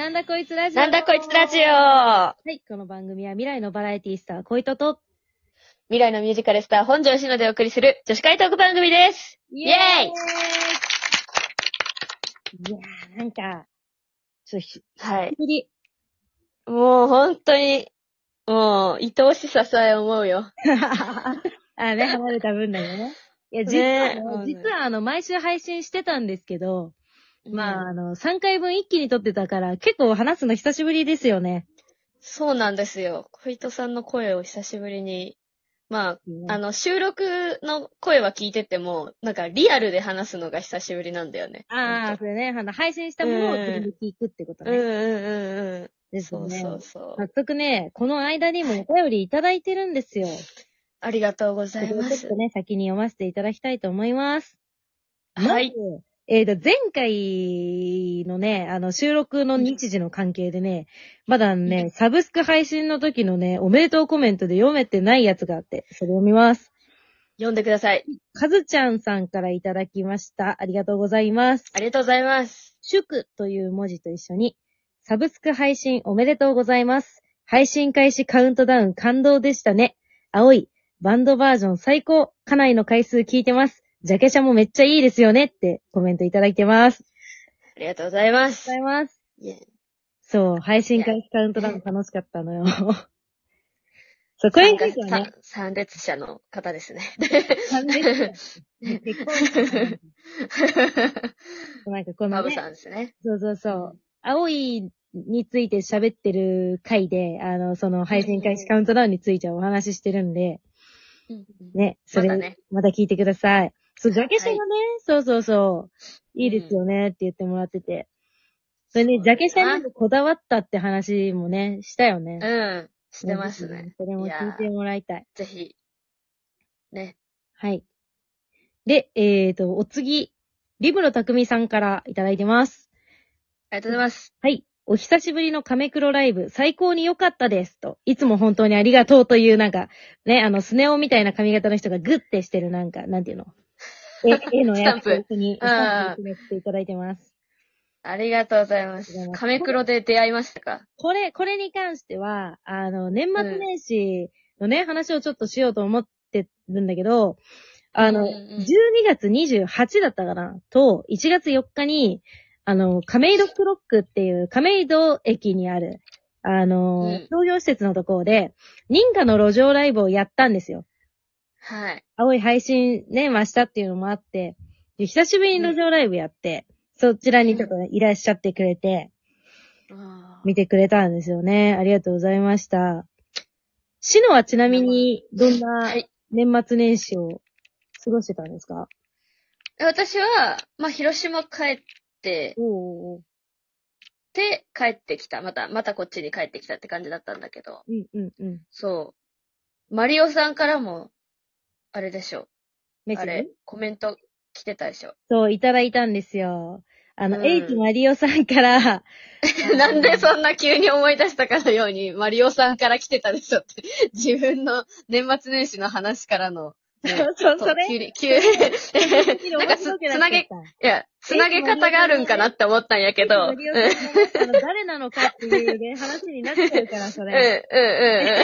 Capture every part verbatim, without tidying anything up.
なんだこいつラジオ。 なんだこいつラジオ。 はい、この番組は未来のバラエティスター、小糸と、 未来のミュージカルスター、本庄しのでお送りする女子会トーク番組です。イエーイ。 いやー、なんか、ちょっと、 はい。 りもう本当に、もう、愛おしささえ思うよ。 あ、ね、離れた分だよね。いや、実はね、 ね実はあの、毎週配信してたんですけど、 うん、 まあ、あの、さんかいぶん一気に撮ってたから、結構話すの久しぶりですよね。 そうなんですよ。小糸さんの声を久しぶりに。まあ、あの、収録の声は聞いてても、なんかリアルで話すのが久しぶりなんだよね。 ああ、それね、あの、配信したものを自分で聞くってことね。 うんうんうんうん。 ですよね。 そうそうそう。 早速ね、この間にもお便りいただいてるんですよ。 ありがとうございます。 ちょっとね、先に読ませていただきたいと思います。 はい。 まず、えっと、前回のね、あの、収録の日時の関係でね、まだね、 うん、 サブスク配信の時のね、おめでとうコメントで読めてないやつがあって、それ読みます。 読んでください。 かずちゃんさんからいただきました。ありがとうございます。 ありがとうございます。 祝という文字と一緒に、サブスク配信おめでとうございます。配信開始カウントダウン感動でしたね。青い、バンドバージョン最高。家内の回数聞いてます。ジャケ写もめっちゃいいですよねってコメントいただいてます。 ありがとうございます。 ありがとうございます。 いえそう、配信開始カウントダウン楽しかったのよ。そう、これについてはね。 参列者の方ですね。 参列者。結婚式。なんかこのね。 バブさんですね。 そうそうそう。うん、青いについて喋ってる回で、あの、その配信開始カウントダウンについてはお話ししてるんで、うん、ね、それ、またね、また聞いてください。そう、ジャケ写がね、はい、そうそうそう、いいですよねって言ってもらってて。それね、ジャケ写にもこだわったって話もね、したよね。 うん。してますね。 それも聞いてもらいたい。いぜひ。ね。 はい。で、えーと、お次、リブロたくみさんからいただいてます。 ありがとうございます。 はい。お久しぶりのカメクロライブ、最高に良かったです。と。いつも本当にありがとうという、なんか、ね、あの、スネ夫みたいな髪型の人がグッてしてる、なんか、なんていうの。絵のやつと一緒に、スタンプしていただいてます。 ありがとうございます。カメクロで出会いましたか？ これ、これに関しては、あの、年末年始のね、うん、話をちょっとしようと思ってるんだけど、あの、うんうん、じゅうにがつにじゅうはちだったかなと、いちがつよっかに、あの、亀戸クロックっていう亀戸駅にある、あの、商業施設のところで、認可の路上ライブをやったんですよ。 はい。 青い配信ね、ましたっていうのもあって、で久しぶりに路上ライブやって、うん、そちらにちょっと、ね、いらっしゃってくれて、うん、見てくれたんですよね。ありがとうございました。しのはちなみに、どんな年末年始を過ごしてたんですか？ 私は、まあ、広島帰って、 おーで、帰ってきた。また、またこっちに帰ってきたって感じだったんだけど。 うんうんうん。 そう。マリオさんからも、あれでしょ。 メッセージ？ あれ、コメント来てたでしょ。 そう、いただいたんですよ。あの、エイチマリオさんから、 なんでそんな急に思い出したかのように、マリオさんから来てたでしょって。自分の年末年始の話からの、 ね、そう、それ急に、急に、なんかつ、つなげ、いや、つなげ方があるんかなって思ったんやけど。 誰なのかっていうね、話になっちゃうから、それ。 うん、うん、うん。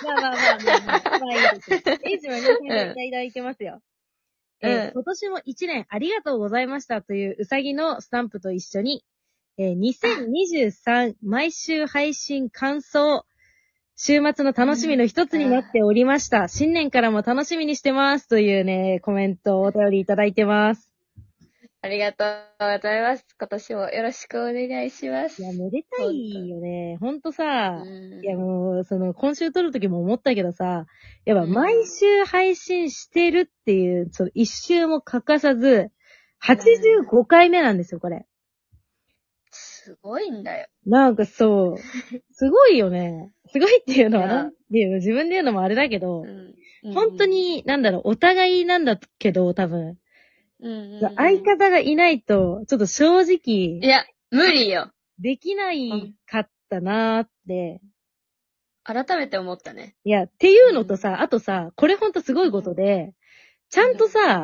まあまあまあまあまあ、まあいいですよ。エイチマリオさんからいただいてますよ。えーうん、今年も一年ありがとうございましたといううさぎのスタンプと一緒に、えー、にせんにじゅうさん毎週配信感想、週末の楽しみの一つになっておりました。新年からも楽しみにしてますというね、コメントをお便りいただいてます。 ありがとうございます。今年もよろしくお願いします。 いや、めでたいよね。ほんとさ、いやもう、その、今週撮るときも思ったけどさ、やっぱ毎週配信してるっていう、その一週も欠かさず、はちじゅうごかいめなんですよ、これ。 すごいんだよ。 なんかそう、すごいよね。すごいっていうのはなんていうの、自分で言うのもあれだけど、うんうん、本当に、なんだろう、お互いなんだけど、多分。うんうんうん、相方がいないと、ちょっと正直。 いや、無理よ。 できないかったなーって。 改めて思ったね。 いや、っていうのとさ、うん、あとさ、これほんとすごいことで、ちゃんとさ、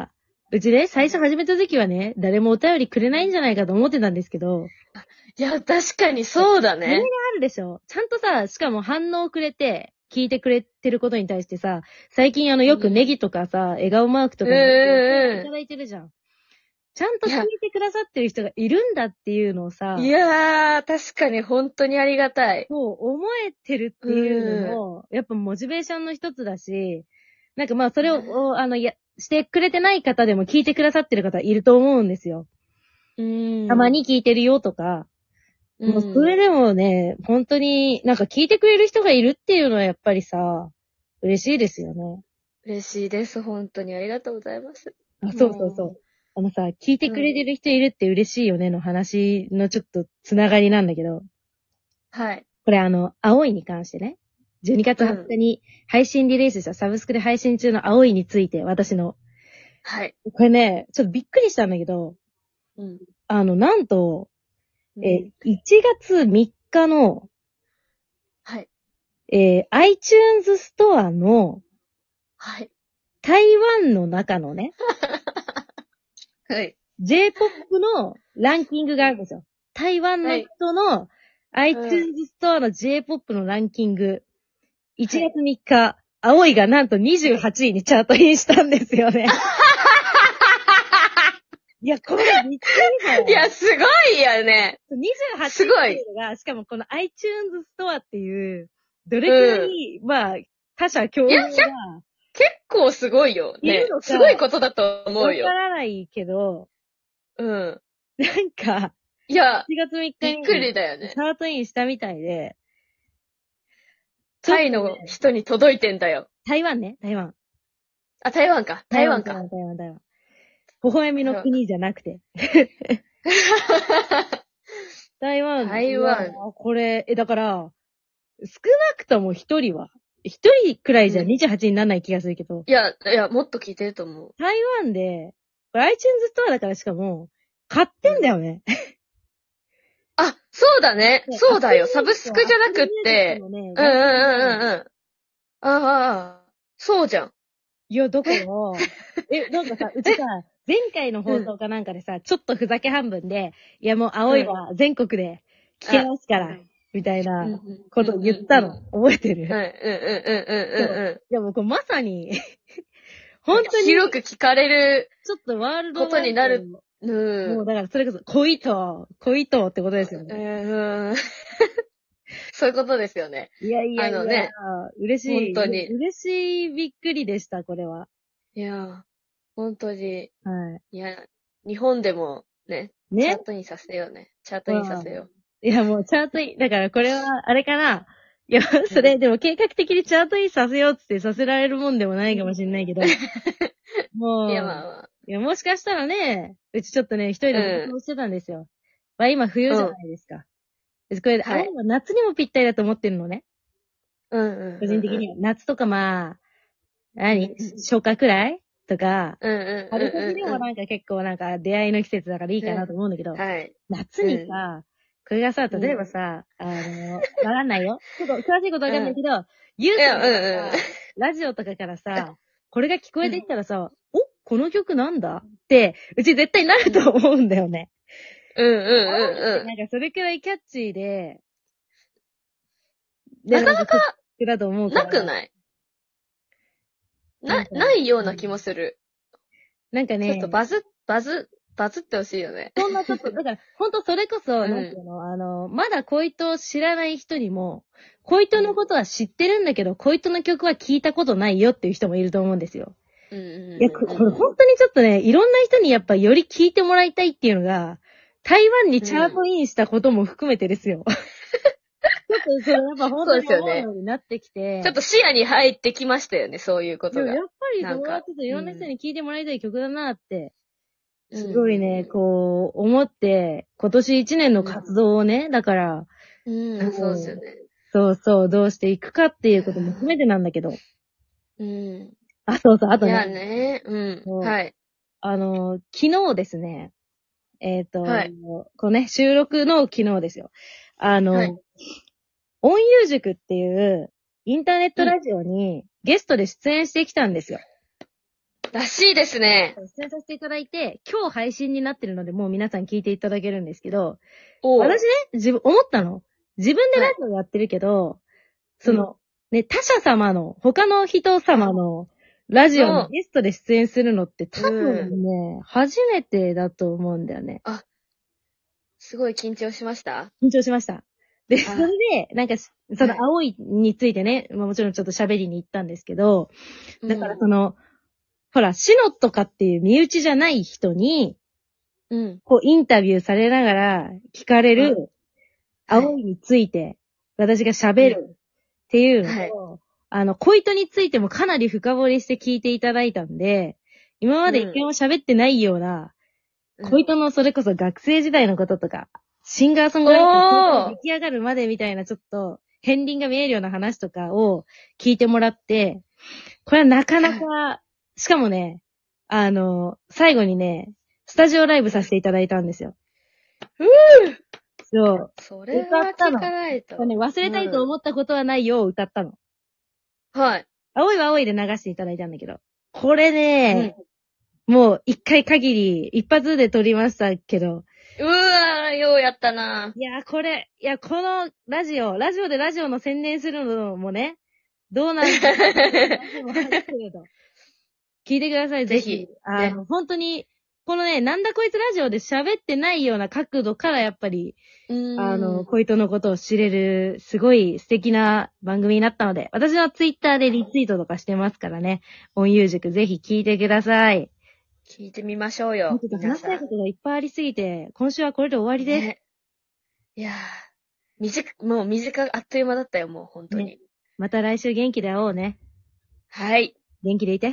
うちね、最初始めた時はね、誰もお便りくれないんじゃないかと思ってたんですけど。 いや、確かにそうだそれがね。 あるでしょ。ちゃんとさ、しかも反応くれて、聞いてくれてることに対してさ、最近あの、よくネギとかさ、笑顔マークとかもうんうんうんいただいてるじゃん。ちゃんと聞いてくださってる人がいるんだっていうのをさ、 いやー、確かに本当にありがたい。 そう思えてるっていうのも、やっぱモチベーションの一つだし、なんかまあそれを、おあの、や、してくれてない方でも聞いてくださってる方いると思うんですよ。 うん。 たまに聞いてるよとか、 うん、 もうそれでもね、本当になんか聞いてくれる人がいるっていうのはやっぱりさ、嬉しいですよね。 嬉しいです。本当にありがとうございます。 あ、そうそうそう。あのさ、聞いてくれてる人いるって嬉しいよねの話のちょっとつながりなんだけど、 はい。 これあの、青いに関してね、じゅうにがつはつかに配信リリースしたサブスクで配信中の青いについて、私の。 はい。 これね、ちょっとびっくりしたんだけど、 うん。 あの、なんと、 うんえ、いちがつみっかの、 はい。 えー iTunes ストアのはい。 台湾の中のね、 はい。 J-ポップ のランキングがあるんですよ。台湾の人の iTunes ストアの J-ポップ のランキング、いちがつみっか、青いがなんとにじゅうはちいにチャートインしたんですよね。いや、これびっくりだよ。 いや、すごいよね。 にじゅうはちすごいっていうのが、しかもこの iTunes ストアっていう、どれくらい、まあ、他社競合が結構すごいよねいるの。かすごいことだと思うよわか。らないけど、 うん。 なんか、 いや、 しちがつみっかにびっくりだよねチ。ャートインしたみたいで、 タイの人に届いてんだよ。 台湾ね、台湾。 あ、台湾か。台湾台か。 湾、台湾、台湾。微笑みの国じゃなくて。台湾。 台湾いやこれ、え、だから、少なくとも一人は、一人くらいじゃうんにじゅうはちにならない気がするけど、 いや、いや、もっと聞いてると思う。 台湾で、これ iTunes ストアだからしかも、買ってんだよね。 あ、そうだね。そうだよ。サブスクじゃなくって。 うんうんうんうん。 うんうんうんうん。ああ、そうじゃん。 いや、だから、え、なんかさ、うちさ、前回の放送かなんかでさ、ちょっとふざけ半分で、いやもう青いは全国で聞けますから、 うんみたいなうんうんこと言ったの、覚えてる、 はい、うんうんうんうんうん。 いやもうこれまさに、本当に、 広く聞かれるちょっとワールドことになる。 もう。 うんだからそれこそ、恋と、恋とってことですよね。 うん。そういうことですよね。 いやいやいや、 あのね嬉しい。 本当に嬉しいびっくりでした、これは。 いや、本当に。 はいや、日本でもね、 い。ねチャートインさせようね。チャートインさせよいや、もうチャートイン、だからこれは、あれかな。いや、それ、でも計画的にチャートインさせようっつってさせられるもんでもないかもしれないけど。もう。 う、 いや、まあまあ。 いや、もしかしたらね、うちちょっとね、一人で妄想してたんですよ。まあ今冬じゃないですか。でこれ、 はいあれは夏にもぴったりだと思ってるのね。 うんうんうんうん。 個人的には。夏とかまあ、何うんうん初夏くらいとか、 うんうんうんうんうん。 春先でもなんか結構なんか出会いの季節だからいいかなと思うんだけど、 はい。 夏にさ、これがさ、例えばさ、あの、わかんないよ。ちょっと詳しいことわかんないけど、ユースいやとかうんうんさ、ラジオとかからさ、これが聞こえてきたらさ、おこの曲なんだって、うち絶対なると思うんだよね。 うんうんうんうん。 なんかそれくらいキャッチーで、 なかなか、 だと思うから。 なくないな、 なんかないような気もする。 なんかね、 ちょっとバズ、バズ、バズってほしいよね。 そんなちょっと、だから、ほんとそれこそ、 うんなんていうの、あの、まだ小糸を知らない人にも、小糸のことは知ってるんだけど、小糸の曲は聞いたことないよっていう人もいると思うんですよ。 うんうんうんうん。 いや、ここれ本当にちょっとね、いろんな人にやっぱより聞いてもらいたいっていうのが、台湾にチャートインしたことも含めてですよ。ちょっとそれやっぱ本当に思うようになってきて。 ちょっと視野に入ってきましたよね、そういうことが。 でもやっぱりなんかそれはちょっといろんな人に聞いてもらいたい曲だなって、 うんすごいね、こう、思って、今年一年の活動をね、だから、 うん、そうですよね。 そうそう、どうしていくかっていうことも含めてなんだけど。 うん。 あ、そうそう、あといやね、 ね、うん。 そうはい。 あの、昨日ですね、えっ、と、 はいこうね、収録の昨日ですよ。あの、 はい音遊塾っていうインターネットラジオにゲストで出演してきたんですよ。 らしいですね。 出演させていただいて、今日配信になってるので、もう皆さん聞いていただけるんですけど、 お私ね、自分、思ったの。自分でラジオやってるけど、はい、その、うん、ね、他者様の、他の人様のラジオにゲストで出演するのって多分ね、うん、初めてだと思うんだよね。 あ、すごい緊張しました？ 緊張しました。で、それで、なんか、その青いについてね、まあ、もちろんちょっと喋りに行ったんですけど、だからその、うん、ほら、シノとかっていう身内じゃない人に、うん。こう、インタビューされながら聞かれる、うん、青いについて、私が喋るっていうのを、はい、あの、小糸についてもかなり深掘りして聞いていただいたんで、今まで一回も喋ってないような、うん、小糸のそれこそ学生時代のこととか、シンガーソングライターが出来上がるまでみたいなちょっと、片鱗が見えるような話とかを聞いてもらって、これはなかなか、しかもね、あの、最後にね、スタジオライブさせていただいたんですよ。 うーそう。 それは聞かないと。 ね、忘れたいと思ったことはないよを歌ったの。 うん、はい。 青いは青いで流していただいたんだけど。これね、うん、もう一回限り、一発で撮りましたけど。 うわー、ようやったな。 いや、これ、いや、このラジオ、ラジオでラジオの宣伝するのもね、どうなんだろう。聞いてください、ぜひ。ぜひあの、ね、本当に、このね、なんだこいつラジオで喋ってないような角度からやっぱり、あの、小糸のことを知れる、すごい素敵な番組になったので、私はツイッターでリツイートとかしてますからね、音遊塾ぜひ聞いてください。 聞いてみましょうよ。 ちょっと話したいことがいっぱいありすぎて、今週はこれで終わりです。ね、 いやー、短く、もう短く、あっという間だったよ、もう本当に。 ね、また来週元気で会おうね。 はい。 元気でいて。